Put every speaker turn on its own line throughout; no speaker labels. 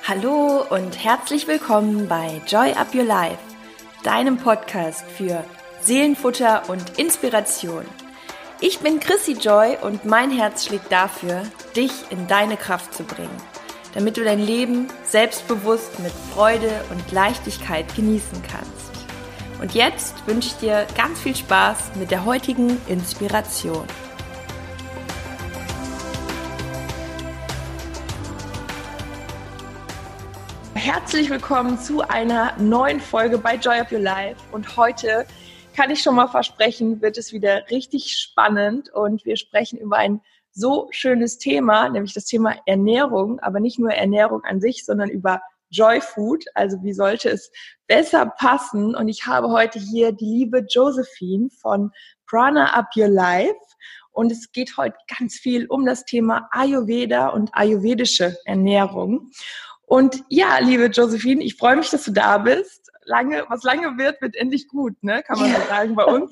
Hallo und herzlich willkommen bei Joy Up Your Life, deinem Podcast für Seelenfutter und Inspiration. Ich bin Chrissy Joy und mein Herz schlägt dafür, dich in deine Kraft zu bringen, damit du dein Leben selbstbewusst mit Freude und Leichtigkeit genießen kannst. Und jetzt wünsche ich dir ganz viel Spaß mit der heutigen Inspiration. Herzlich willkommen zu einer neuen Folge bei Joy Up Your Life. Und heute kann ich schon mal versprechen, wird es wieder richtig spannend und wir sprechen über ein so schönes Thema, nämlich das Thema Ernährung, aber nicht nur Ernährung an sich, sondern über Joy Food, also wie sollte es besser passen. Und ich habe heute hier die liebe Josephine von Prana Up Your Life. Und es geht heute ganz viel um das Thema Ayurveda und ayurvedische Ernährung. Und ja, liebe Josephine, ich freue mich, dass du da bist. Was lange wird, wird endlich gut, ne? Kann man so sagen bei uns.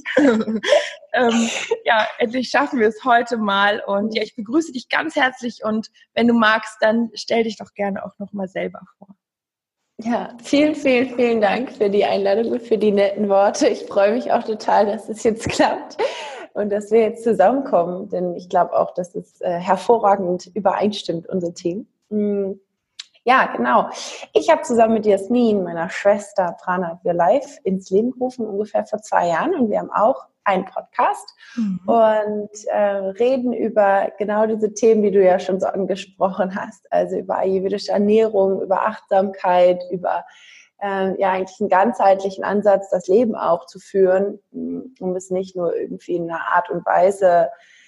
Endlich schaffen wir es heute mal. Und ja, ich begrüße dich ganz herzlich. Und wenn du magst, dann stell dich doch gerne auch nochmal selber vor.
Ja, vielen Dank für die Einladung und für die netten Worte. Ich freue mich auch total, dass es jetzt klappt und dass wir jetzt zusammenkommen. Denn ich glaube auch, dass es hervorragend übereinstimmt, unser Team. Ja, genau. Ich habe zusammen mit Jasmin, meiner Schwester, Prana Up Your Life ins Leben gerufen, ungefähr vor 2 Jahren. Und wir haben auch einen Podcast und reden über genau diese Themen, die du ja schon so angesprochen hast. Also über ayurvedische Ernährung, über Achtsamkeit, über eigentlich einen ganzheitlichen Ansatz, das Leben auch zu führen, um es nicht nur irgendwie in einer Art und Weise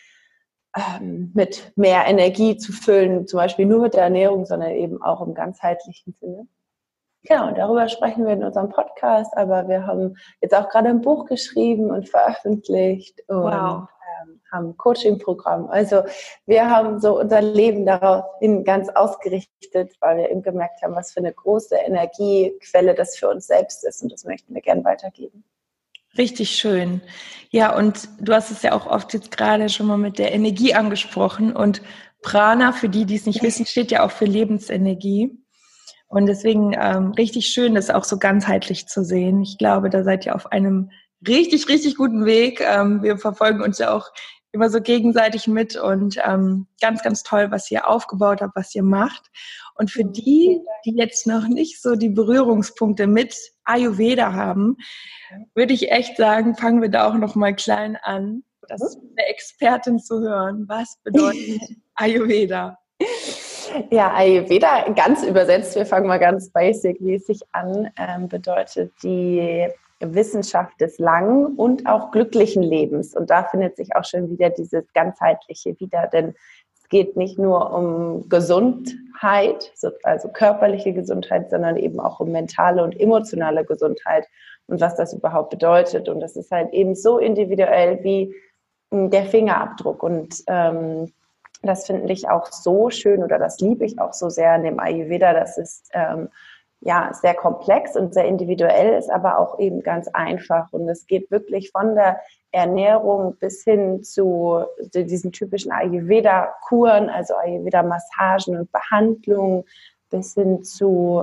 mit mehr Energie zu füllen, zum Beispiel nur mit der Ernährung, sondern eben auch im ganzheitlichen Sinne. Genau, darüber sprechen wir in unserem Podcast, aber wir haben jetzt auch gerade ein Buch geschrieben und veröffentlicht und haben ein Coaching-Programm. Also wir haben so unser Leben daraufhin ganz ausgerichtet, weil wir eben gemerkt haben, was für eine große Energiequelle das für uns selbst ist und das möchten wir gerne weitergeben.
Richtig schön. Ja, und du hast es ja auch oft jetzt gerade schon mal mit der Energie angesprochen. Und Prana, für die, die es nicht wissen, steht ja auch für Lebensenergie. Und deswegen richtig schön, das auch so ganzheitlich zu sehen. Ich glaube, da seid ihr auf einem richtig, richtig guten Weg. Wir verfolgen uns ja auch immer so gegenseitig mit und ganz, ganz toll, was ihr aufgebaut habt, was ihr macht. Und für die, die jetzt noch nicht so die Berührungspunkte mit Ayurveda haben, würde ich echt sagen, fangen wir da auch noch mal klein an, das von der Expertin zu hören. Was bedeutet Ayurveda?
Ja, Ayurveda, ganz übersetzt, wir fangen mal ganz basic-mäßig an, bedeutet die Wissenschaft des langen und auch glücklichen Lebens. Und da findet sich auch schon wieder dieses Ganzheitliche wieder, denn es geht nicht nur um Gesundheit, also körperliche Gesundheit, sondern eben auch um mentale und emotionale Gesundheit und was das überhaupt bedeutet. Und das ist halt eben so individuell wie der Fingerabdruck. Und das finde ich auch so schön oder das liebe ich auch so sehr in dem Ayurveda. Das ist sehr komplex und sehr individuell, ist aber auch eben ganz einfach. Und es geht wirklich von der Ernährung bis hin zu diesen typischen Ayurveda-Kuren, also Ayurveda-Massagen und Behandlungen, bis hin zu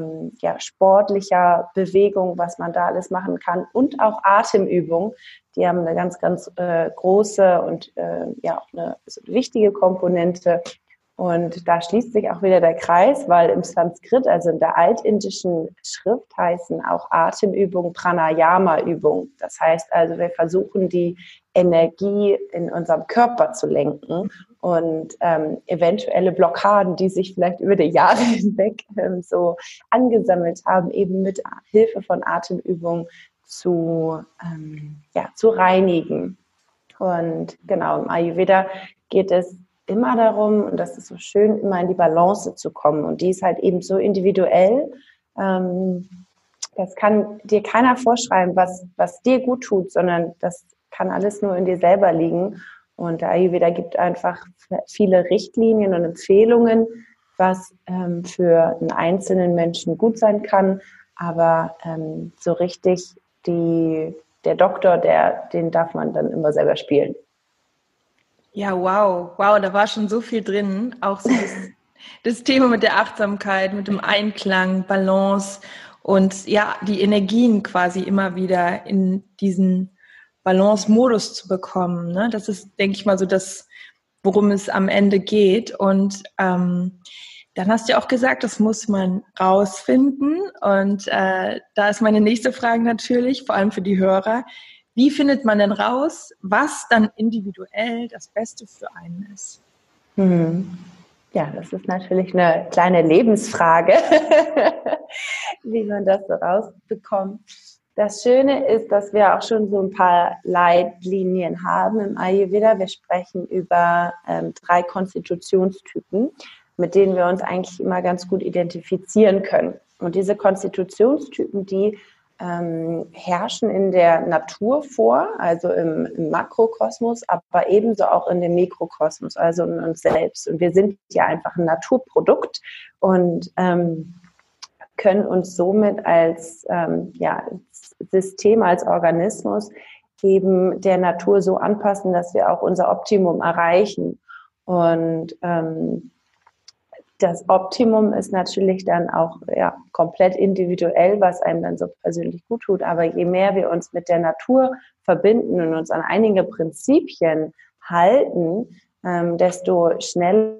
sportlicher Bewegung, was man da alles machen kann und auch Atemübungen. Die haben eine ganz, ganz große und auch eine wichtige Komponente. Und da schließt sich auch wieder der Kreis, weil im Sanskrit, also in der altindischen Schrift, heißen auch Atemübungen Pranayama-Übungen. Das heißt also, wir versuchen die Energie in unserem Körper zu lenken und eventuelle Blockaden, die sich vielleicht über die Jahre hinweg so angesammelt haben, eben mit Hilfe von Atemübungen zu reinigen. Und genau, im Ayurveda geht es immer darum, und das ist so schön, immer in die Balance zu kommen. Und die ist halt eben so individuell. Das kann dir keiner vorschreiben, was dir gut tut, sondern das kann alles nur in dir selber liegen. Und der Ayurveda gibt einfach viele Richtlinien und Empfehlungen, was für einen einzelnen Menschen gut sein kann. Aber so richtig der Doktor, den darf man dann immer selber spielen.
Ja, wow, da war schon so viel drin. Auch so Das Thema mit der Achtsamkeit, mit dem Einklang, Balance und ja, die Energien quasi immer wieder in diesen Balance-Modus zu bekommen. Ne? Das ist, denke ich mal, so das, worum es am Ende geht. Und dann hast du ja auch gesagt, das muss man rausfinden. Und da ist meine nächste Frage natürlich, vor allem für die Hörer. Wie findet man denn raus, was dann individuell das Beste für einen ist?
Ja, das ist natürlich eine kleine Lebensfrage, wie man das so rausbekommt. Das Schöne ist, dass wir auch schon so ein paar Leitlinien haben im Ayurveda. Wir sprechen über 3 Konstitutionstypen, mit denen wir uns eigentlich immer ganz gut identifizieren können. Und diese Konstitutionstypen, die herrschen in der Natur vor, also im Makrokosmos, aber ebenso auch in dem Mikrokosmos, also in uns selbst. Und wir sind ja einfach ein Naturprodukt und können uns somit als System, als Organismus eben der Natur so anpassen, dass wir auch unser Optimum erreichen. Und das Optimum ist natürlich dann auch komplett individuell, was einem dann so persönlich gut tut. Aber je mehr wir uns mit der Natur verbinden und uns an einige Prinzipien halten, desto schneller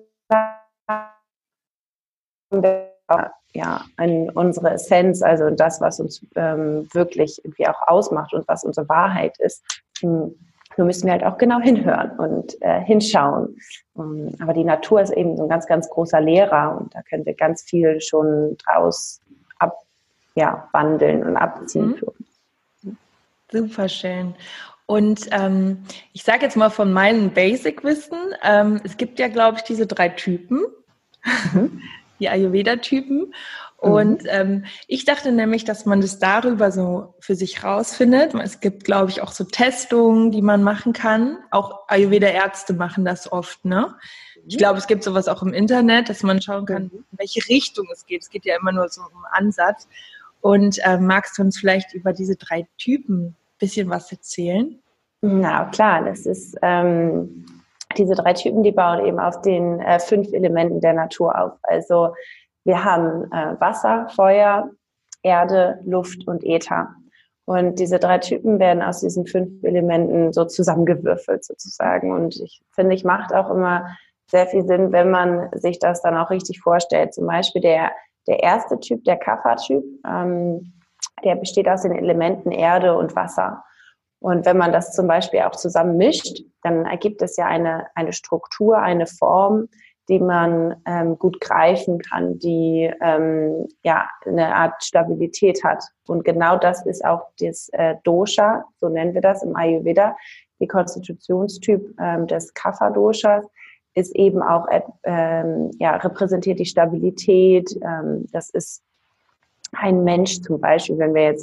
an unsere Essenz, also das, was uns wirklich irgendwie auch ausmacht und was unsere Wahrheit ist. Nur müssen wir halt auch genau hinhören und hinschauen. Aber die Natur ist eben so ein ganz, ganz großer Lehrer und da können wir ganz viel schon draus wandeln und abziehen für uns.
Super schön. Und ich sage jetzt mal von meinem Basic-Wissen, es gibt ja, glaube ich, diese 3 Typen, die Ayurveda-Typen. Und ich dachte nämlich, dass man das darüber so für sich rausfindet. Es gibt, glaube ich, auch so Testungen, die man machen kann. Auch Ayurveda-Ärzte machen das oft, ne? Ich glaube, es gibt sowas auch im Internet, dass man schauen kann, in welche Richtung es geht. Es geht ja immer nur so um Ansatz. Und magst du uns vielleicht über diese 3 Typen ein bisschen was erzählen?
Na klar, das ist diese 3 Typen, die bauen eben auf den 5 Elementen der Natur auf. Also wir haben Wasser, Feuer, Erde, Luft und Äther. Und diese 3 Typen werden aus diesen 5 Elementen so zusammengewürfelt sozusagen. Und ich finde, macht auch immer sehr viel Sinn, wenn man sich das dann auch richtig vorstellt. Zum Beispiel der erste Typ, der Kapha-Typ, der besteht aus den Elementen Erde und Wasser. Und wenn man das zum Beispiel auch zusammen mischt, dann ergibt es ja eine Struktur, eine Form, die man gut greifen kann, die eine Art Stabilität hat. Und genau das ist auch das Dosha, so nennen wir das im Ayurveda, die Konstitutionstyp des Kapha-Doshas, ist eben auch repräsentiert die Stabilität. Das ist ein Mensch zum Beispiel, wenn wir jetzt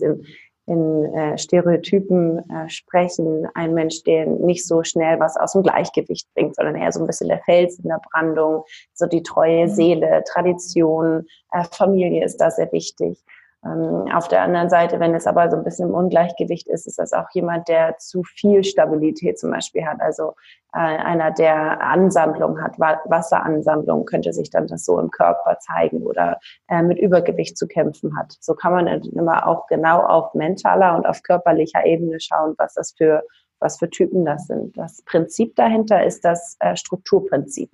in Stereotypen sprechen, ein Mensch, der nicht so schnell was aus dem Gleichgewicht bringt, sondern eher so ein bisschen der Fels in der Brandung, so die treue Seele, Tradition, Familie ist da sehr wichtig. Auf der anderen Seite, wenn es aber so ein bisschen im Ungleichgewicht ist, ist das auch jemand, der zu viel Stabilität zum Beispiel hat. Also einer, der Ansammlung hat, Wasseransammlung, könnte sich dann das so im Körper zeigen oder mit Übergewicht zu kämpfen hat. So kann man immer auch genau auf mentaler und auf körperlicher Ebene schauen, was für Typen das sind. Das Prinzip dahinter ist das Strukturprinzip.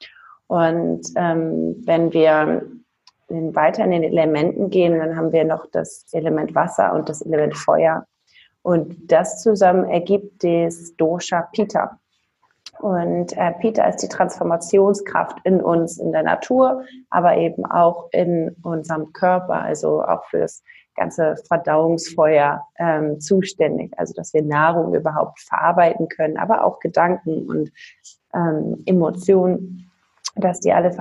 Und wenn wir weiter in den Elementen gehen, dann haben wir noch das Element Wasser und das Element Feuer. Und das zusammen ergibt das Dosha Pitta. Und Pitta ist die Transformationskraft in uns, in der Natur, aber eben auch in unserem Körper, also auch für das ganze Verdauungsfeuer zuständig. Also dass wir Nahrung überhaupt verarbeiten können, aber auch Gedanken und Emotionen, dass die alle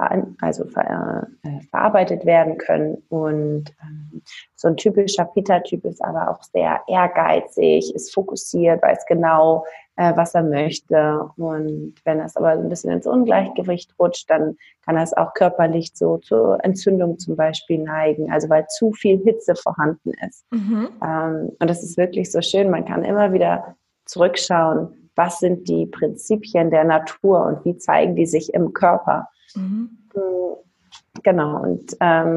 verarbeitet werden können. Und so ein typischer Pitta-Typ ist aber auch sehr ehrgeizig, ist fokussiert, weiß genau, was er möchte. Und wenn das aber ein bisschen ins Ungleichgewicht rutscht, dann kann das auch körperlich so zur Entzündung zum Beispiel neigen, also weil zu viel Hitze vorhanden ist. Und das ist wirklich so schön, man kann immer wieder zurückschauen, was sind die Prinzipien der Natur und wie zeigen die sich im Körper. genau. Und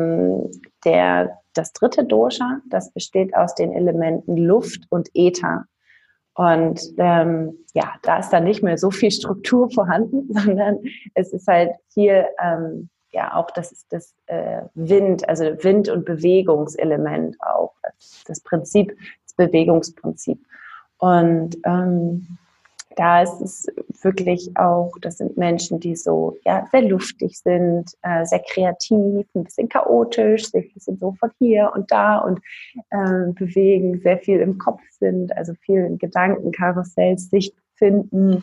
das dritte Dosha, das besteht aus den Elementen Luft und Äther. Und da ist dann nicht mehr so viel Struktur vorhanden, sondern es ist halt viel, auch das ist das Wind, also Wind- und Bewegungselement auch, das Prinzip, das Bewegungsprinzip. Und da ist es wirklich auch, das sind Menschen, die so sehr luftig sind, sehr kreativ, ein bisschen chaotisch, sich ein bisschen so von hier und da und bewegen, sehr viel im Kopf sind, also viel in Gedankenkarussells sich finden.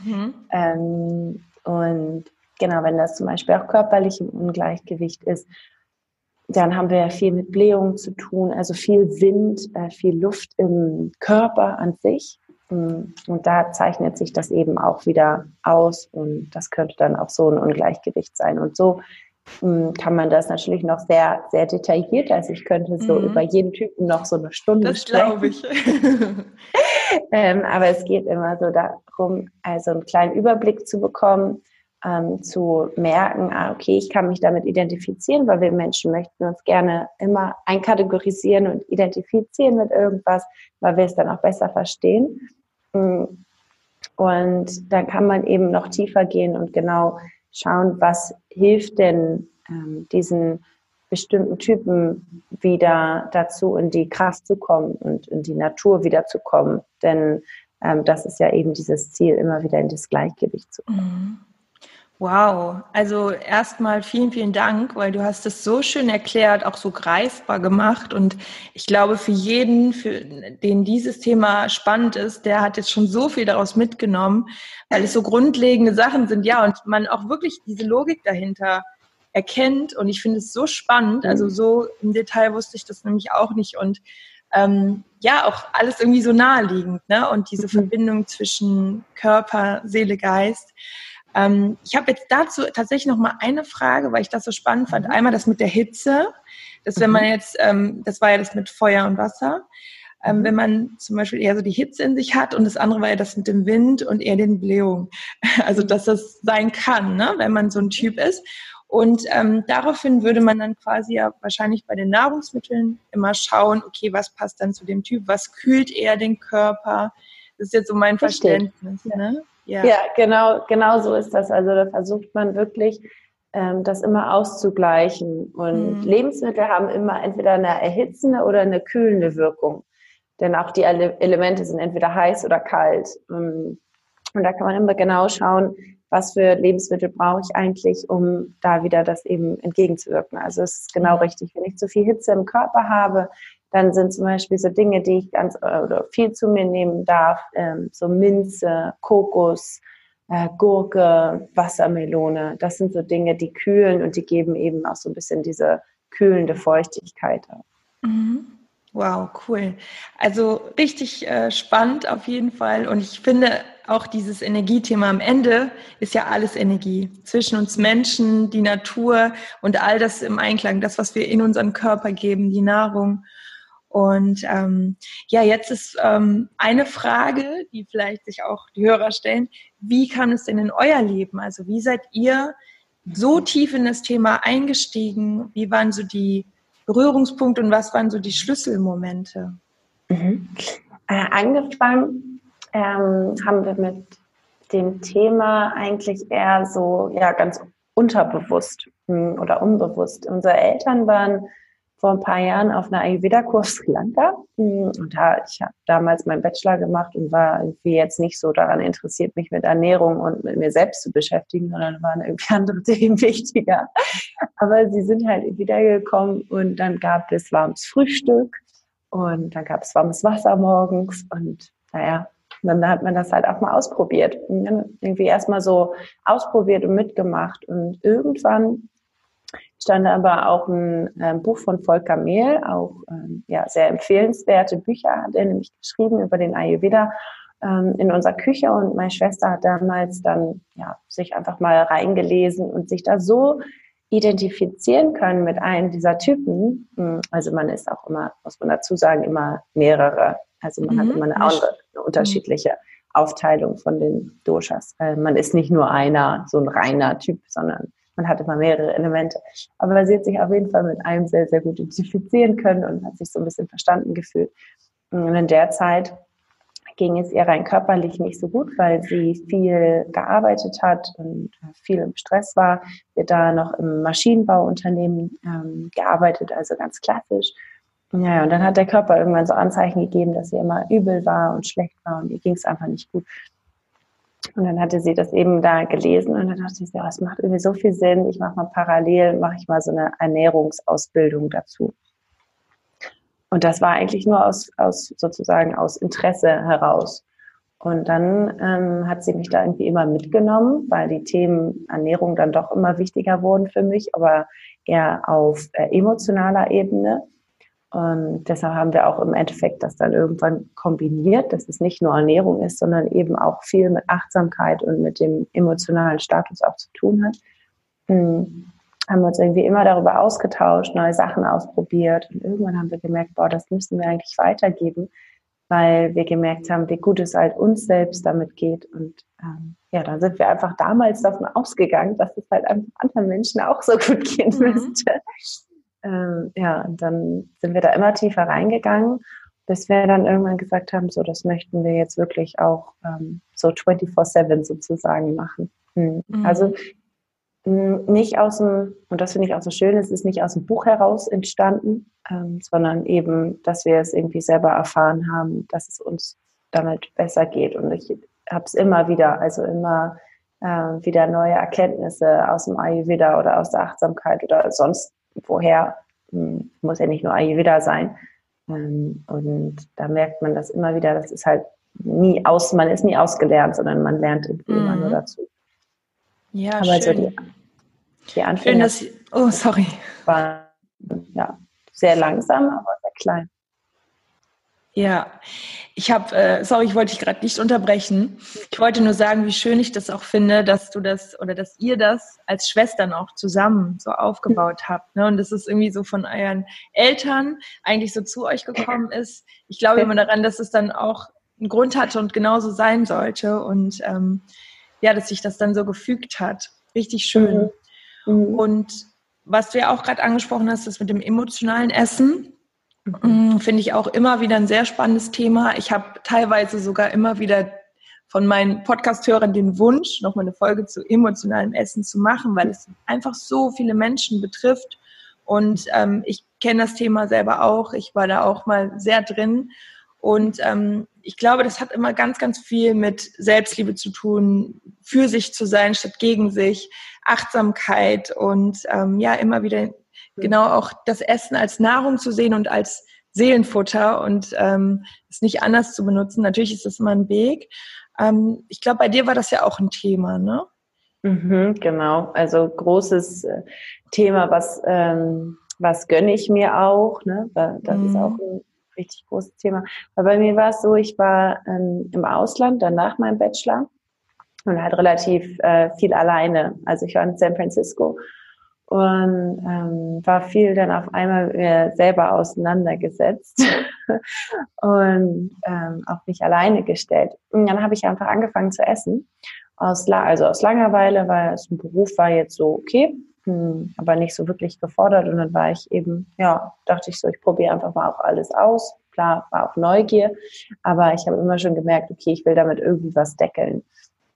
Und genau, wenn das zum Beispiel auch körperlich im Ungleichgewicht ist, dann haben wir ja viel mit Blähungen zu tun, also viel Wind, viel Luft im Körper an sich. Und da zeichnet sich das eben auch wieder aus und das könnte dann auch so ein Ungleichgewicht sein. Und so kann man das natürlich noch sehr, sehr detailliert, also ich könnte so über jeden Typen noch so eine Stunde sprechen.
Das glaube ich.
Aber es geht immer so darum, also einen kleinen Überblick zu bekommen, zu merken, okay, ich kann mich damit identifizieren, weil wir Menschen möchten uns gerne immer einkategorisieren und identifizieren mit irgendwas, weil wir es dann auch besser verstehen. Und dann kann man eben noch tiefer gehen und genau schauen, was hilft denn diesen bestimmten Typen wieder dazu, in die Kraft zu kommen und in die Natur wieder zu kommen. Denn das ist ja eben dieses Ziel, immer wieder in das Gleichgewicht zu kommen.
Wow, also erstmal vielen, vielen Dank, weil du hast es so schön erklärt, auch so greifbar gemacht und ich glaube für jeden, für den dieses Thema spannend ist, der hat jetzt schon so viel daraus mitgenommen, weil es so grundlegende Sachen sind, ja, und man auch wirklich diese Logik dahinter erkennt und ich finde es so spannend, also so im Detail wusste ich das nämlich auch nicht und auch alles irgendwie so naheliegend, ne? Und diese Verbindung zwischen Körper, Seele, Geist. Ich habe jetzt dazu tatsächlich noch mal eine Frage, weil ich das so spannend fand. Einmal das mit der Hitze, dass wenn man jetzt, das war ja das mit Feuer und Wasser, wenn man zum Beispiel eher so die Hitze in sich hat und das andere war ja das mit dem Wind und eher den Blähungen. Also dass das sein kann, ne? Wenn man so ein Typ ist. Und daraufhin würde man dann quasi ja wahrscheinlich bei den Nahrungsmitteln immer schauen, okay, was passt dann zu dem Typ, was kühlt eher den Körper. Das ist jetzt so mein Verständnis, ne?
Ja, genau so ist das. Also da versucht man wirklich, das immer auszugleichen. Und Lebensmittel haben immer entweder eine erhitzende oder eine kühlende Wirkung. Denn auch die Elemente sind entweder heiß oder kalt. Und da kann man immer genau schauen, was für Lebensmittel brauche ich eigentlich, um da wieder das eben entgegenzuwirken. Also es ist genau richtig, wenn ich zu viel Hitze im Körper habe, dann sind zum Beispiel so Dinge, die ich ganz oder viel zu mir nehmen darf, so Minze, Kokos, Gurke, Wassermelone. Das sind so Dinge, die kühlen und die geben eben auch so ein bisschen diese kühlende Feuchtigkeit.
Wow, cool. Also richtig spannend auf jeden Fall. Und ich finde auch dieses Energiethema am Ende ist ja alles Energie. Zwischen uns Menschen, die Natur und all das im Einklang, das, was wir in unseren Körper geben, die Nahrung. Und jetzt ist eine Frage, die vielleicht sich auch die Hörer stellen. Wie kam es denn in euer Leben? Also wie seid ihr so tief in das Thema eingestiegen? Wie waren so die Berührungspunkte und was waren so die Schlüsselmomente?
Angefangen haben wir mit dem Thema eigentlich eher so ganz unterbewusst oder unbewusst. Unsere Eltern waren vor ein paar Jahren auf einer Ayurveda-Kurs Sri Lanka und ich habe damals meinen Bachelor gemacht und war irgendwie jetzt nicht so daran interessiert, mich mit Ernährung und mit mir selbst zu beschäftigen, sondern waren irgendwie andere Themen wichtiger. Aber sie sind halt wiedergekommen und dann gab es warmes Frühstück und dann gab es warmes Wasser morgens und dann hat man das halt auch mal ausprobiert. Und dann irgendwie erstmal so ausprobiert und mitgemacht und irgendwann stand aber auch ein Buch von Volker Mehl, auch sehr empfehlenswerte Bücher hat er nämlich geschrieben über den Ayurveda in unserer Küche und meine Schwester hat damals dann sich einfach mal reingelesen und sich da so identifizieren können mit einem dieser Typen. Also man ist auch immer, muss man dazu sagen, immer mehrere. Also man hat immer eine unterschiedliche Aufteilung von den Doshas. Man ist nicht nur einer, so ein reiner Typ, sondern man hat immer mehrere Elemente. Aber sie hat sich auf jeden Fall mit einem sehr, sehr gut identifizieren können und hat sich so ein bisschen verstanden gefühlt. Und in der Zeit ging es ihr rein körperlich nicht so gut, weil sie viel gearbeitet hat und viel im Stress war. Sie hat da noch im Maschinenbauunternehmen gearbeitet, also ganz klassisch. Ja, und dann hat der Körper irgendwann so Anzeichen gegeben, dass sie immer übel war und schlecht war und ihr ging es einfach nicht gut. Und dann hatte sie das eben da gelesen und dann dachte sie, ja, es macht irgendwie so viel Sinn, ich mache mal so eine Ernährungsausbildung dazu. Und das war eigentlich nur aus Interesse heraus. Und dann hat sie mich da irgendwie immer mitgenommen, weil die Themen Ernährung dann doch immer wichtiger wurden für mich, aber eher auf emotionaler Ebene. Und deshalb haben wir auch im Endeffekt das dann irgendwann kombiniert, dass es nicht nur Ernährung ist, sondern eben auch viel mit Achtsamkeit und mit dem emotionalen Status auch zu tun hat. Haben wir uns irgendwie immer darüber ausgetauscht, neue Sachen ausprobiert. Und irgendwann haben wir gemerkt, boah, das müssen wir eigentlich weitergeben, weil wir gemerkt haben, wie gut es halt uns selbst damit geht. Und dann sind wir einfach damals davon ausgegangen, dass es halt einfach anderen Menschen auch so gut gehen müsste. Und dann sind wir da immer tiefer reingegangen, bis wir dann irgendwann gesagt haben, so, das möchten wir jetzt wirklich auch so 24/7 sozusagen machen. Also nicht aus dem, und das finde ich auch so schön, es ist nicht aus dem Buch heraus entstanden, sondern eben, dass wir es irgendwie selber erfahren haben, dass es uns damit besser geht. Und ich habe es immer wieder, wieder neue Erkenntnisse aus dem Ayurveda oder aus der Achtsamkeit oder sonst woher, muss ja nicht nur Ayurveda sein. Und da merkt man das immer wieder, das ist halt man ist nie ausgelernt, sondern man lernt irgendwie immer nur dazu.
Ja,
aber
schön.
Also die Anfänge waren sehr langsam, aber sehr klein.
Ja, ich wollte dich gerade nicht unterbrechen. Ich wollte nur sagen, wie schön ich das auch finde, dass dass ihr das als Schwestern auch zusammen so aufgebaut habt. Ne? Und das ist irgendwie so von euren Eltern eigentlich so zu euch gekommen ist. Ich glaube immer daran, dass es dann auch einen Grund hatte und genauso sein sollte. Und dass sich das dann so gefügt hat. Richtig schön. Und was du ja auch gerade angesprochen hast, das mit dem emotionalen Essen, finde ich auch immer wieder ein sehr spannendes Thema. Ich habe teilweise sogar immer wieder von meinen Podcast-Hörern den Wunsch, nochmal eine Folge zu emotionalem Essen zu machen, weil es einfach so viele Menschen betrifft. Und ich kenne das Thema selber auch. Ich war da auch mal sehr drin. Und ich glaube, das hat immer ganz, ganz viel mit Selbstliebe zu tun, für sich zu sein statt gegen sich, Achtsamkeit und immer wieder genau auch das Essen als Nahrung zu sehen und als Seelenfutter und es nicht anders zu benutzen. Natürlich ist das immer ein Weg. Ich glaube, bei dir war das ja auch ein Thema, ne?
Genau, also großes Thema, was gönne ich mir auch, ne? Das ist auch ein richtig großes Thema. Aber bei mir war es so, ich war im Ausland, dann nach meinem Bachelor und halt relativ viel alleine. Also ich war in San Francisco und war viel dann auf einmal mit mir selber auseinandergesetzt und auf mich alleine gestellt. Und dann habe ich einfach angefangen zu essen, aus Langeweile, weil es ein Beruf war jetzt so okay, aber nicht so wirklich gefordert. Und dann war ich eben, dachte ich so, ich probiere einfach mal auch alles aus. Klar, war auch Neugier, aber ich habe immer schon gemerkt, okay, ich will damit irgendwie was deckeln.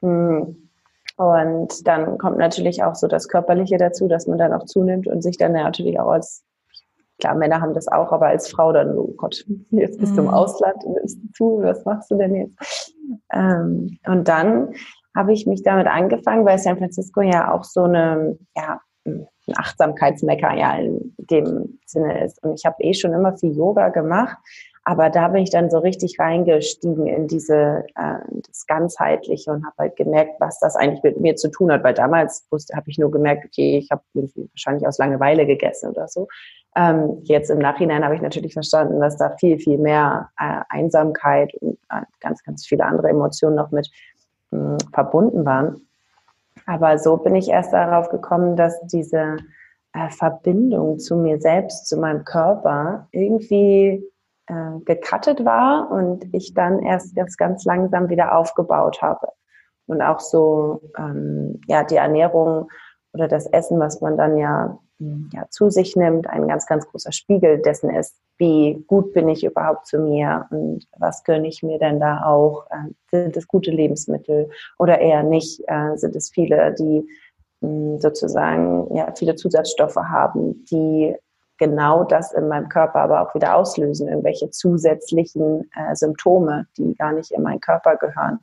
Und dann kommt natürlich auch so das Körperliche dazu, dass man dann auch zunimmt und sich dann natürlich auch klar, Männer haben das auch, aber als Frau dann, oh Gott, jetzt bist du im Ausland und nimmst du zu, was machst du denn jetzt? Und dann habe ich mich damit angefangen, weil San Francisco ja auch so ein Achtsamkeitsmecker in dem Sinne ist. Und ich habe schon immer viel Yoga gemacht, aber da bin ich dann so richtig reingestiegen in das Ganzheitliche und habe halt gemerkt, was das eigentlich mit mir zu tun hat. Weil damals habe ich nur gemerkt, okay, ich habe wahrscheinlich aus Langeweile gegessen oder so. Jetzt im Nachhinein habe ich natürlich verstanden, dass da viel, viel mehr Einsamkeit und ganz, ganz viele andere Emotionen noch mit verbunden waren. Aber so bin ich erst darauf gekommen, dass diese Verbindung zu mir selbst, zu meinem Körper irgendwie gecuttet war und ich dann erst das ganz langsam wieder aufgebaut habe. Und auch so die Ernährung oder das Essen, was man dann ja zu sich nimmt, ein ganz, ganz großer Spiegel dessen ist, wie gut bin ich überhaupt zu mir und was gönne ich mir denn da auch? Sind es gute Lebensmittel oder eher nicht? Sind es viele, die sozusagen viele Zusatzstoffe haben, die genau das in meinem Körper aber auch wieder auslösen, irgendwelche zusätzlichen Symptome, die gar nicht in meinen Körper gehören.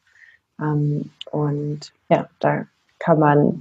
Und ja, da kann man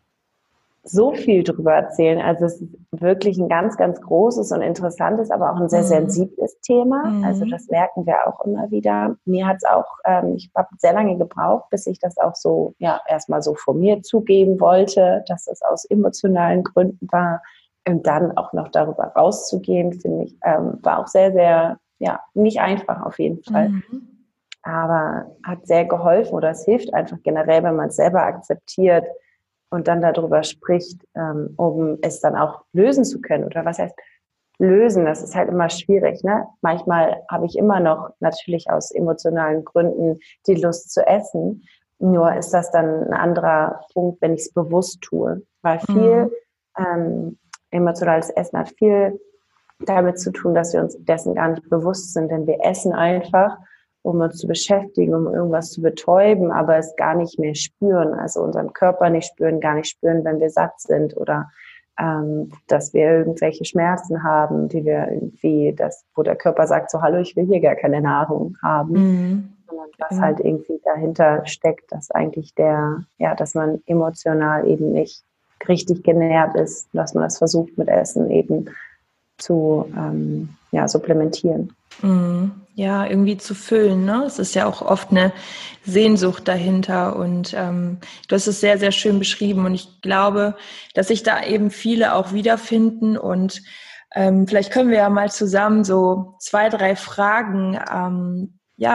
so viel drüber erzählen. Also es ist wirklich ein ganz, ganz großes und interessantes, aber auch ein sehr sensibles Thema. Also das merken wir auch immer wieder. Mir hat es auch, ich habe sehr lange gebraucht, bis ich das auch so, erstmal so vor mir zugeben wollte, dass es aus emotionalen Gründen war. Und dann auch noch darüber rauszugehen, finde ich, war auch sehr, sehr, nicht einfach auf jeden Fall. Aber hat sehr geholfen oder es hilft einfach generell, wenn man es selber akzeptiert, und dann darüber spricht, um es dann auch lösen zu können. Oder was heißt lösen? Das ist halt immer schwierig. Ne? Manchmal habe ich immer noch natürlich aus emotionalen Gründen die Lust zu essen. Nur ist das dann ein anderer Punkt, wenn ich es bewusst tue. Weil viel emotionales Essen hat viel damit zu tun, dass wir uns dessen gar nicht bewusst sind. Denn wir essen einfach, um uns zu beschäftigen, um irgendwas zu betäuben, aber es gar nicht mehr spüren, also unseren Körper nicht spüren, gar nicht spüren, wenn wir satt sind oder dass wir irgendwelche Schmerzen haben, die wir irgendwie, wo der Körper sagt, so hallo, ich will hier gar keine Nahrung haben, sondern was halt irgendwie dahinter steckt, dass eigentlich dass man emotional eben nicht richtig genährt ist, dass man das versucht mit Essen eben zu supplementieren.
Ja, irgendwie zu füllen, ne? Es ist ja auch oft eine Sehnsucht dahinter und du hast es sehr, sehr schön beschrieben und ich glaube, dass sich da eben viele auch wiederfinden und vielleicht können wir ja mal zusammen so 2, 3 Fragen,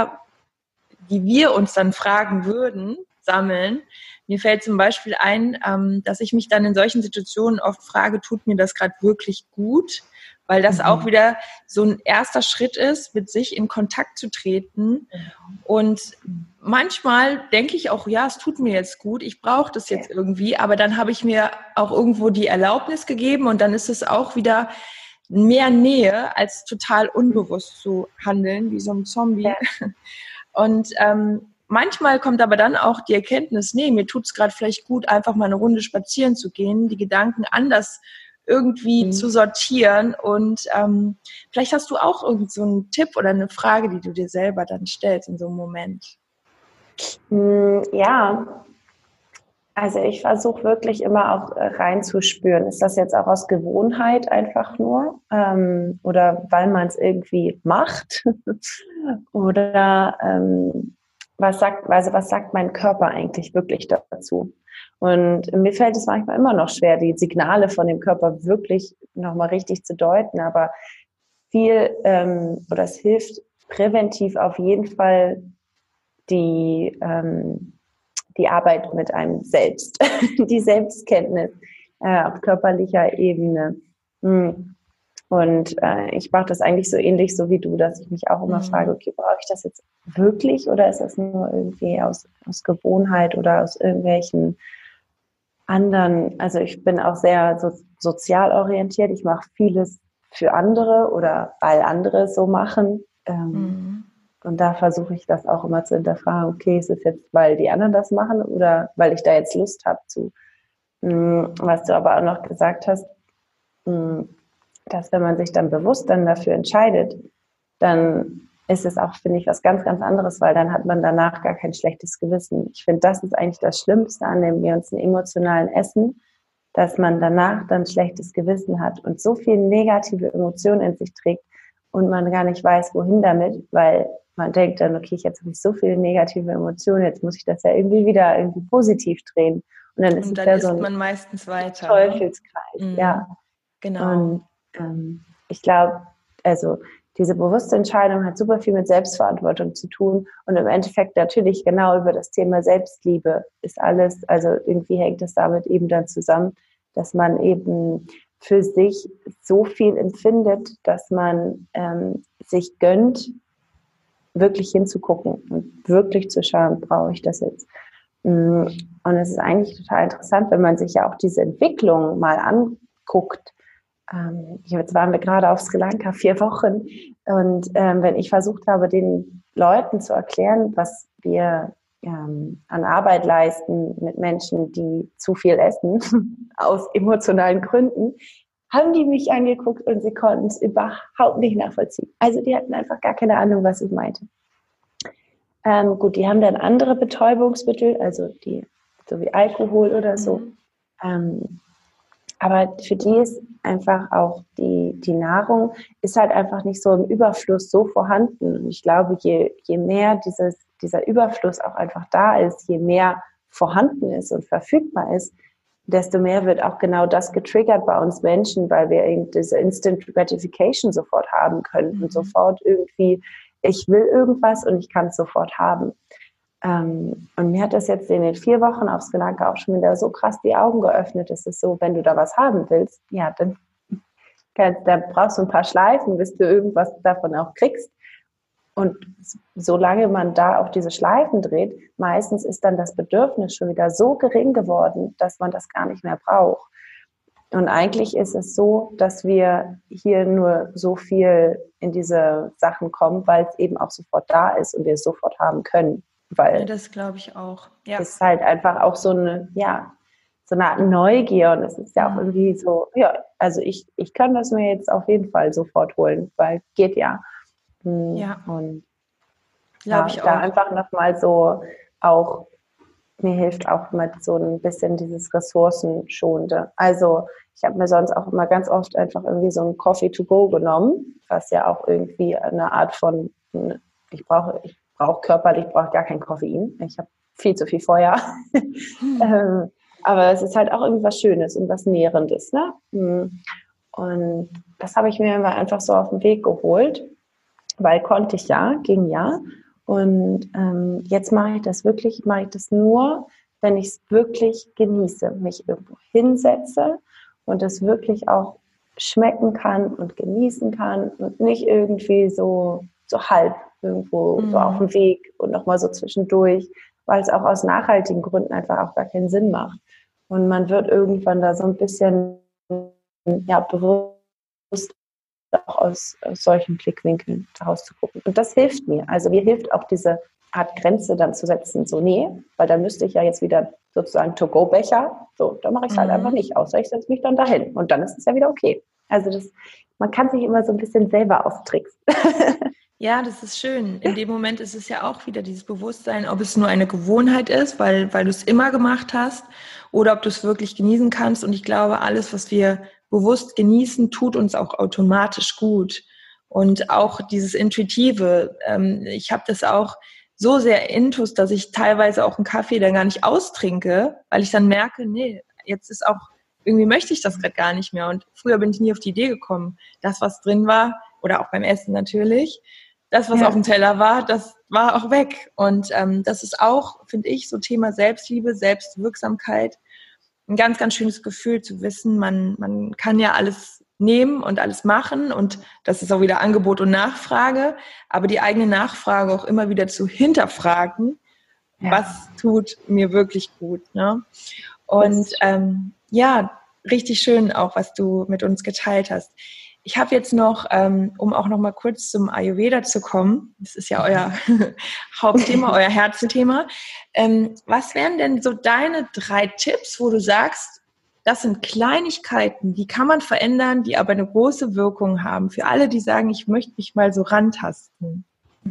die wir uns dann fragen würden, sammeln. Mir fällt zum Beispiel ein, dass ich mich dann in solchen Situationen oft frage, tut mir das gerade wirklich gut? Weil das auch wieder so ein erster Schritt ist, mit sich in Kontakt zu treten. Und manchmal denke ich auch, ja, es tut mir jetzt gut, ich brauche das jetzt irgendwie, aber dann habe ich mir auch irgendwo die Erlaubnis gegeben und dann ist es auch wieder mehr Nähe, als total unbewusst zu handeln, wie so ein Zombie. Ja. Und manchmal kommt aber dann auch die Erkenntnis, nee, mir tut es gerade vielleicht gut, einfach mal eine Runde spazieren zu gehen, die Gedanken anders irgendwie zu sortieren und vielleicht hast du auch irgend so einen Tipp oder eine Frage, die du dir selber dann stellst in so einem Moment.
Ja, also ich versuche wirklich immer auch reinzuspüren. Ist das jetzt auch aus Gewohnheit einfach nur oder weil man es irgendwie macht oder was sagt mein Körper eigentlich wirklich dazu? Und mir fällt es manchmal immer noch schwer, die Signale von dem Körper wirklich nochmal richtig zu deuten, aber oder es hilft präventiv auf jeden Fall die Arbeit mit einem selbst, die Selbstkenntnis auf körperlicher Ebene. Und ich mache das eigentlich so ähnlich so wie du, dass ich mich auch immer frage, okay, brauche ich das jetzt wirklich oder ist das nur irgendwie aus Gewohnheit oder aus irgendwelchen anderen, also ich bin auch sehr sozial orientiert, ich mache vieles für andere oder weil andere es so machen. Und da versuche ich das auch immer zu hinterfragen, okay, ist es jetzt, weil die anderen das machen oder weil ich da jetzt Lust habe zu. Was du aber auch noch gesagt hast, dass wenn man sich dann bewusst dann dafür entscheidet, dann ist es auch, finde ich, was ganz, ganz anderes, weil dann hat man danach gar kein schlechtes Gewissen. Ich finde, das ist eigentlich das Schlimmste an dem ganzen emotionalen Essen, dass man danach dann schlechtes Gewissen hat und so viel negative Emotionen in sich trägt und man gar nicht weiß, wohin damit, weil man denkt dann, okay, jetzt habe ich so viele negative Emotionen, jetzt muss ich das ja wieder irgendwie positiv drehen. Und dann ist es ja so ein
man meistens weiter.
Teufelskreis, ja.
Genau.
Und ich glaube, also diese bewusste Entscheidung hat super viel mit Selbstverantwortung zu tun und im Endeffekt natürlich genau über das Thema Selbstliebe ist alles, also irgendwie hängt es damit eben dann zusammen, dass man eben für sich so viel empfindet, dass man sich gönnt, wirklich hinzugucken und wirklich zu schauen, brauche ich das jetzt? Und Und es ist eigentlich total interessant, wenn man sich ja auch diese Entwicklung mal anguckt. Jetzt waren wir gerade auf Sri Lanka 4 Wochen und wenn ich versucht habe, den Leuten zu erklären, was wir an Arbeit leisten mit Menschen, die zu viel essen, aus emotionalen Gründen, haben die mich angeguckt und sie konnten es überhaupt nicht nachvollziehen. Also die hatten einfach gar keine Ahnung, was ich meinte. Gut, die haben dann andere Betäubungsmittel, also die, so wie Alkohol oder so. Aber für die ist einfach auch die Nahrung ist halt einfach nicht so im Überfluss so vorhanden. Und ich glaube, je mehr dieser Überfluss auch einfach da ist, je mehr vorhanden ist und verfügbar ist, desto mehr wird auch genau das getriggert bei uns Menschen, weil wir eben diese Instant Gratification sofort haben können und sofort irgendwie, ich will irgendwas und ich kann es sofort haben. Und mir hat das jetzt in den 4 Wochen auf Sri Lanka auch schon wieder so krass die Augen geöffnet. Es ist so, wenn du da was haben willst, ja, dann da brauchst du ein paar Schleifen, bis du irgendwas davon auch kriegst. Und solange man da auch diese Schleifen dreht, meistens ist dann das Bedürfnis schon wieder so gering geworden, dass man das gar nicht mehr braucht. Und eigentlich ist es so, dass wir hier nur so viel in diese Sachen kommen, weil es eben auch sofort da ist und wir es sofort haben können. Weil
das glaube ich auch. Ja.
Es ist halt einfach auch so eine Art Neugier und es ist ja auch irgendwie so, ja, also ich kann das mir jetzt auf jeden Fall sofort holen, weil geht ja.
Ja.
Und
glaube ich
da
auch.
einfach nochmal so auch, mir hilft auch mit so ein bisschen dieses Ressourcenschonende. Also ich habe mir sonst auch immer ganz oft einfach irgendwie so ein Coffee to go genommen, was ja auch irgendwie eine Art von, ich brauche körperlich gar kein Koffein. Ich habe viel zu viel Feuer. Aber es ist halt auch irgendwie was Schönes und was Nährendes. Ne? Und das habe ich mir immer einfach so auf den Weg geholt, weil konnte ich ja, ging ja. Und jetzt mache ich das nur, wenn ich es wirklich genieße, mich irgendwo hinsetze und es wirklich auch schmecken kann und genießen kann und nicht irgendwie so halb irgendwo so auf dem Weg und nochmal so zwischendurch, weil es auch aus nachhaltigen Gründen einfach auch gar keinen Sinn macht. Und man wird irgendwann da so ein bisschen bewusst auch aus solchen Blickwinkeln rauszugucken. Und das hilft mir. Also mir hilft auch diese Art Grenze dann zu setzen. So, nee, weil dann müsste ich ja jetzt wieder sozusagen To-Go-Becher. So, da mache ich es halt einfach nicht, außer ich setze mich dann dahin. Und dann ist es ja wieder okay. Also man kann sich immer so ein bisschen selber austricksen.
Ja, das ist schön. In dem Moment ist es ja auch wieder dieses Bewusstsein, ob es nur eine Gewohnheit ist, weil du es immer gemacht hast, oder ob du es wirklich genießen kannst. Und ich glaube, alles, was wir bewusst genießen, tut uns auch automatisch gut. Und auch dieses Intuitive. Ich habe das auch so sehr intus, dass ich teilweise auch einen Kaffee dann gar nicht austrinke, weil ich dann merke, nee, jetzt ist auch, irgendwie möchte ich das gerade gar nicht mehr. Und früher bin ich nie auf die Idee gekommen, das, was drin war, oder auch beim Essen natürlich, das, was auf dem Teller war, das war auch weg. Und das ist auch, finde ich, so Thema Selbstliebe, Selbstwirksamkeit. Ein ganz, ganz schönes Gefühl zu wissen, man kann ja alles nehmen und alles machen. Und das ist auch wieder Angebot und Nachfrage. Aber die eigene Nachfrage auch immer wieder zu hinterfragen, was tut mir wirklich gut. Ne? Und richtig schön auch, was du mit uns geteilt hast. Ich habe jetzt noch, um auch noch mal kurz zum Ayurveda zu kommen, das ist ja euer Hauptthema, euer Herzthema. Was wären denn so deine 3 Tipps, wo du sagst, das sind Kleinigkeiten, die kann man verändern, die aber eine große Wirkung haben, für alle, die sagen, ich möchte mich mal so rantasten?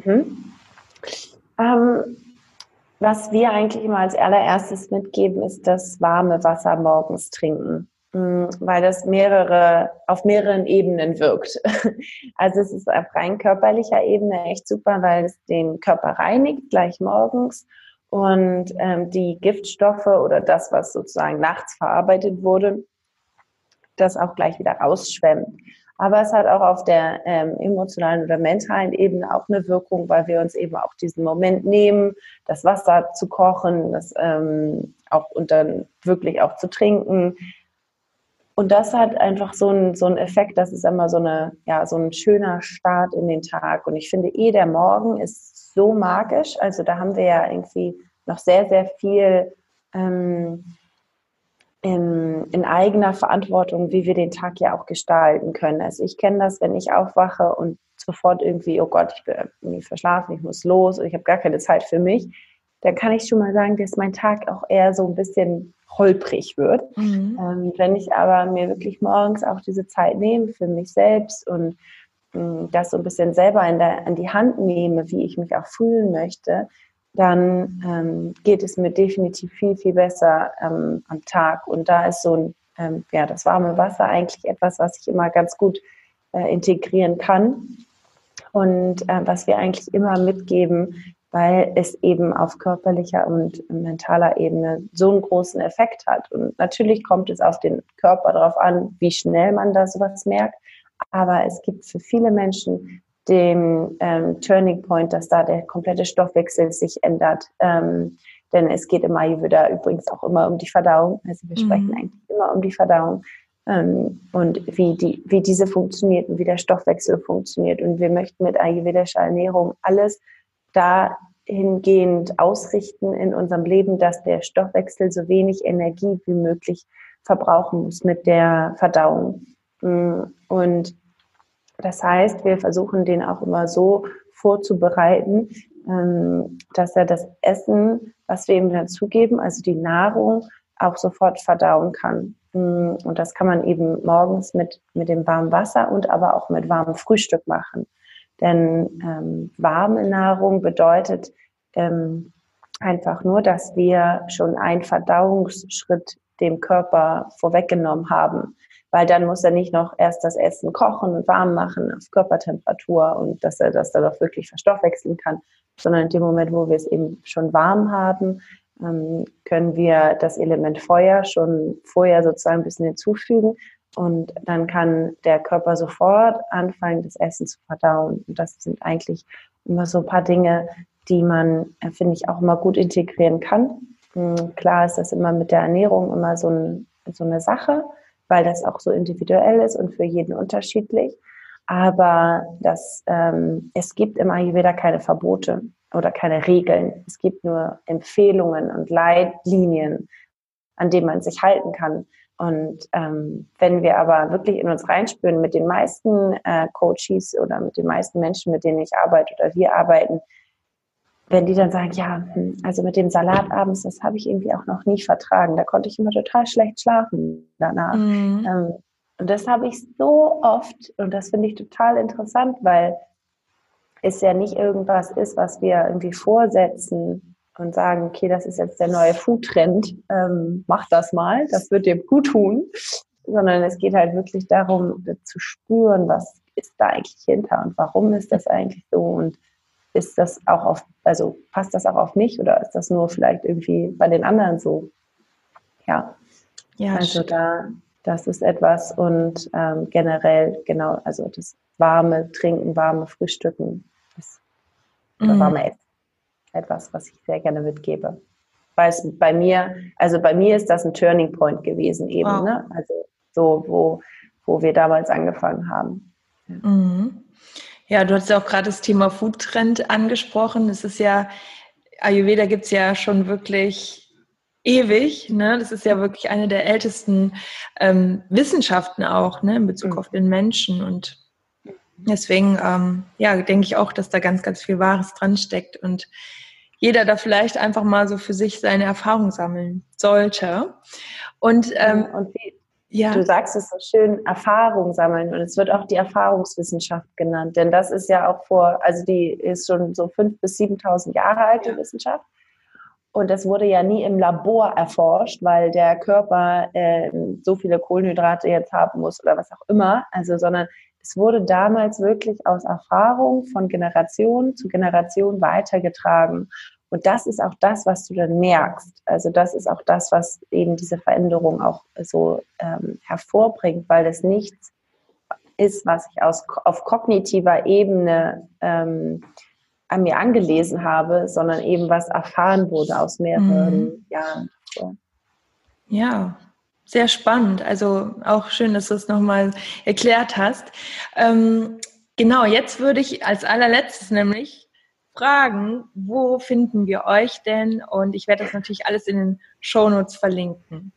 Was wir eigentlich immer als allererstes mitgeben, ist das warme Wasser morgens trinken, weil das auf mehreren Ebenen wirkt. Also es ist auf rein körperlicher Ebene echt super, weil es den Körper reinigt gleich morgens und die Giftstoffe oder das, was sozusagen nachts verarbeitet wurde, das auch gleich wieder rausschwemmt. Aber es hat auch auf der emotionalen oder mentalen Ebene auch eine Wirkung, weil wir uns eben auch diesen Moment nehmen, das Wasser zu kochen, das auch und dann wirklich auch zu trinken. Und das hat einfach so einen Effekt, das ist immer so ein schöner Start in den Tag. Und ich finde der Morgen ist so magisch. Also da haben wir ja irgendwie noch sehr, sehr viel in eigener Verantwortung, wie wir den Tag ja auch gestalten können. Also ich kenne das, wenn ich aufwache und sofort irgendwie, oh Gott, ich bin irgendwie verschlafen, ich muss los und ich habe gar keine Zeit für mich, dann kann ich schon mal sagen, dass mein Tag auch eher so ein bisschen holprig wird. Wenn ich aber mir wirklich morgens auch diese Zeit nehme für mich selbst und das so ein bisschen selber in die Hand nehme, wie ich mich auch fühlen möchte, dann geht es mir definitiv viel, viel besser am Tag. Und da ist so das warme Wasser eigentlich etwas, was ich immer ganz gut integrieren kann und was wir eigentlich immer mitgeben, weil es eben auf körperlicher und mentaler Ebene so einen großen Effekt hat. Und natürlich kommt es auf den Körper darauf an, wie schnell man da sowas merkt. Aber es gibt für viele Menschen den Turning Point, dass da der komplette Stoffwechsel sich ändert. Denn es geht im Ayurveda übrigens auch immer um die Verdauung. Also wir sprechen eigentlich immer um die Verdauung und wie diese funktioniert und wie der Stoffwechsel funktioniert. Und wir möchten mit ayurvedischer Ernährung alles dahingehend ausrichten in unserem Leben, dass der Stoffwechsel so wenig Energie wie möglich verbrauchen muss mit der Verdauung. Und das heißt, wir versuchen den auch immer so vorzubereiten, dass er das Essen, was wir ihm dazugeben, also die Nahrung, auch sofort verdauen kann. Und das kann man eben morgens mit dem warmen Wasser und aber auch mit warmem Frühstück machen. Denn warme Nahrung bedeutet einfach nur, dass wir schon einen Verdauungsschritt dem Körper vorweggenommen haben. Weil dann muss er nicht noch erst das Essen kochen und warm machen auf Körpertemperatur und dass er das dann auch wirklich verstoffwechseln kann, sondern in dem Moment, wo wir es eben schon warm haben, können wir das Element Feuer schon vorher sozusagen ein bisschen hinzufügen und dann kann der Körper sofort anfangen, das Essen zu verdauen. Und das sind eigentlich immer so ein paar Dinge, die man, finde ich, auch immer gut integrieren kann. Klar ist das immer mit der Ernährung immer so eine Sache, weil das auch so individuell ist und für jeden unterschiedlich. Aber es gibt im Ayurveda keine Verbote oder keine Regeln. Es gibt nur Empfehlungen und Leitlinien, an denen man sich halten kann. Und wenn wir aber wirklich in uns reinspüren, mit den meisten Coaches oder mit den meisten Menschen, mit denen ich arbeite oder wir arbeiten, wenn die dann sagen, ja, also mit dem Salat abends, das habe ich irgendwie auch noch nie vertragen. Da konnte ich immer total schlecht schlafen danach. Und das habe ich so oft und das finde ich total interessant, weil es ja nicht irgendwas ist, was wir irgendwie vorsetzen und sagen, okay, das ist jetzt der neue Foodtrend, mach das mal, das wird dir gut tun, sondern es geht halt wirklich darum, zu spüren, was ist da eigentlich hinter und warum ist das eigentlich so und ist das auch passt das auch auf mich oder ist das nur vielleicht irgendwie bei den anderen so? Ja also das ist etwas und generell, genau, also das warme Trinken, warme Frühstücken, warme Essen, etwas, was ich sehr gerne mitgebe. Weil es bei mir ist das ein Turning Point gewesen eben, wow. Ne? Also so, wo wir damals angefangen haben.
Ja. Ja, du hast ja auch gerade das Thema Foodtrend angesprochen. Es ist ja, Ayurveda gibt es ja schon wirklich ewig, ne? Das ist ja wirklich eine der ältesten Wissenschaften auch, ne, in Bezug auf den Menschen. Und deswegen, denke ich auch, dass da ganz, ganz viel Wahres dran steckt und jeder da vielleicht einfach mal so für sich seine Erfahrung sammeln sollte. Und
du sagst es so schön, Erfahrung sammeln und es wird auch die Erfahrungswissenschaft genannt, denn das ist ja auch die ist schon so 5.000 bis 7.000 Jahre alt, die Wissenschaft. Und das wurde ja nie im Labor erforscht, weil der Körper so viele Kohlenhydrate jetzt haben muss oder was auch immer, sondern es wurde damals wirklich aus Erfahrung von Generation zu Generation weitergetragen. Und das ist auch das, was du dann merkst. Also das ist auch das, was eben diese Veränderung auch so hervorbringt, weil das nichts ist, was ich auf kognitiver Ebene an mir angelesen habe, sondern eben was erfahren wurde aus mehreren Jahren. So.
Ja, sehr spannend. Also auch schön, dass du es nochmal erklärt hast. Genau, jetzt würde ich als allerletztes nämlich fragen, wo finden wir euch denn? Und ich werde das natürlich alles in den Shownotes verlinken.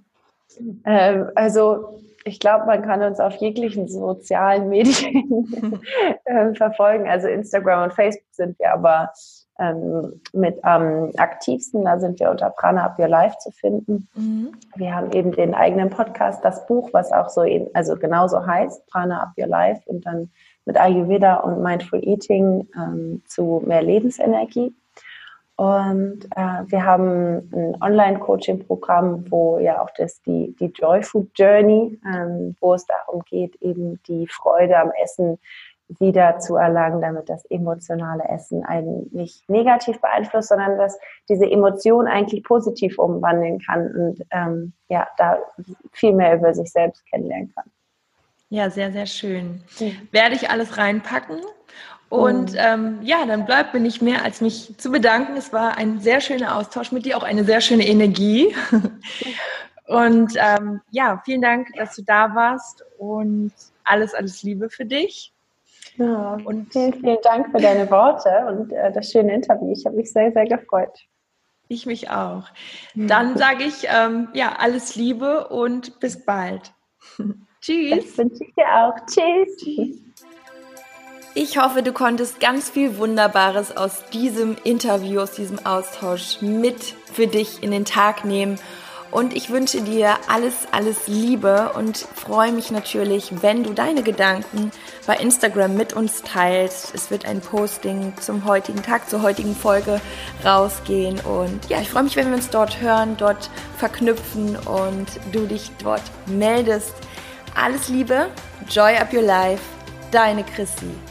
Also ich glaube, man kann uns auf jeglichen sozialen Medien verfolgen. Also Instagram und Facebook sind wir aber mit am aktivsten. Da sind wir unter Prana Up Your Life zu finden. Mhm. Wir haben eben den eigenen Podcast, das Buch, was auch so also genauso heißt, Prana Up Your Life, und dann mit Ayurveda und Mindful Eating zu mehr Lebensenergie. Und wir haben ein Online-Coaching-Programm, wo ja auch die Joy Food Journey, wo es darum geht, eben die Freude am Essen wieder zu erlangen, damit das emotionale Essen einen nicht negativ beeinflusst, sondern dass diese Emotion eigentlich positiv umwandeln kann und da viel mehr über sich selbst kennenlernen kann.
Ja, sehr, sehr schön. Werde ich alles reinpacken. Und dann bleibt mir nicht mehr, als mich zu bedanken. Es war ein sehr schöner Austausch mit dir, auch eine sehr schöne Energie. Und vielen Dank, dass du da warst und alles Liebe für dich.
Ja, und vielen Dank für deine Worte und das schöne Interview. Ich habe mich sehr, sehr gefreut.
Ich mich auch. Dann sage ich alles Liebe und bis bald. Tschüss.
Das wünsche ich dir auch. Tschüss.
Ich hoffe, du konntest ganz viel Wunderbares aus diesem Interview, aus diesem Austausch mit für dich in den Tag nehmen. Und ich wünsche dir alles Liebe und freue mich natürlich, wenn du deine Gedanken bei Instagram mit uns teilst. Es wird ein Posting zum heutigen Tag, zur heutigen Folge rausgehen. Und ja, ich freue mich, wenn wir uns dort hören, dort verknüpfen und du dich dort meldest. Alles Liebe, Joy Up Your Life, deine Chrissy.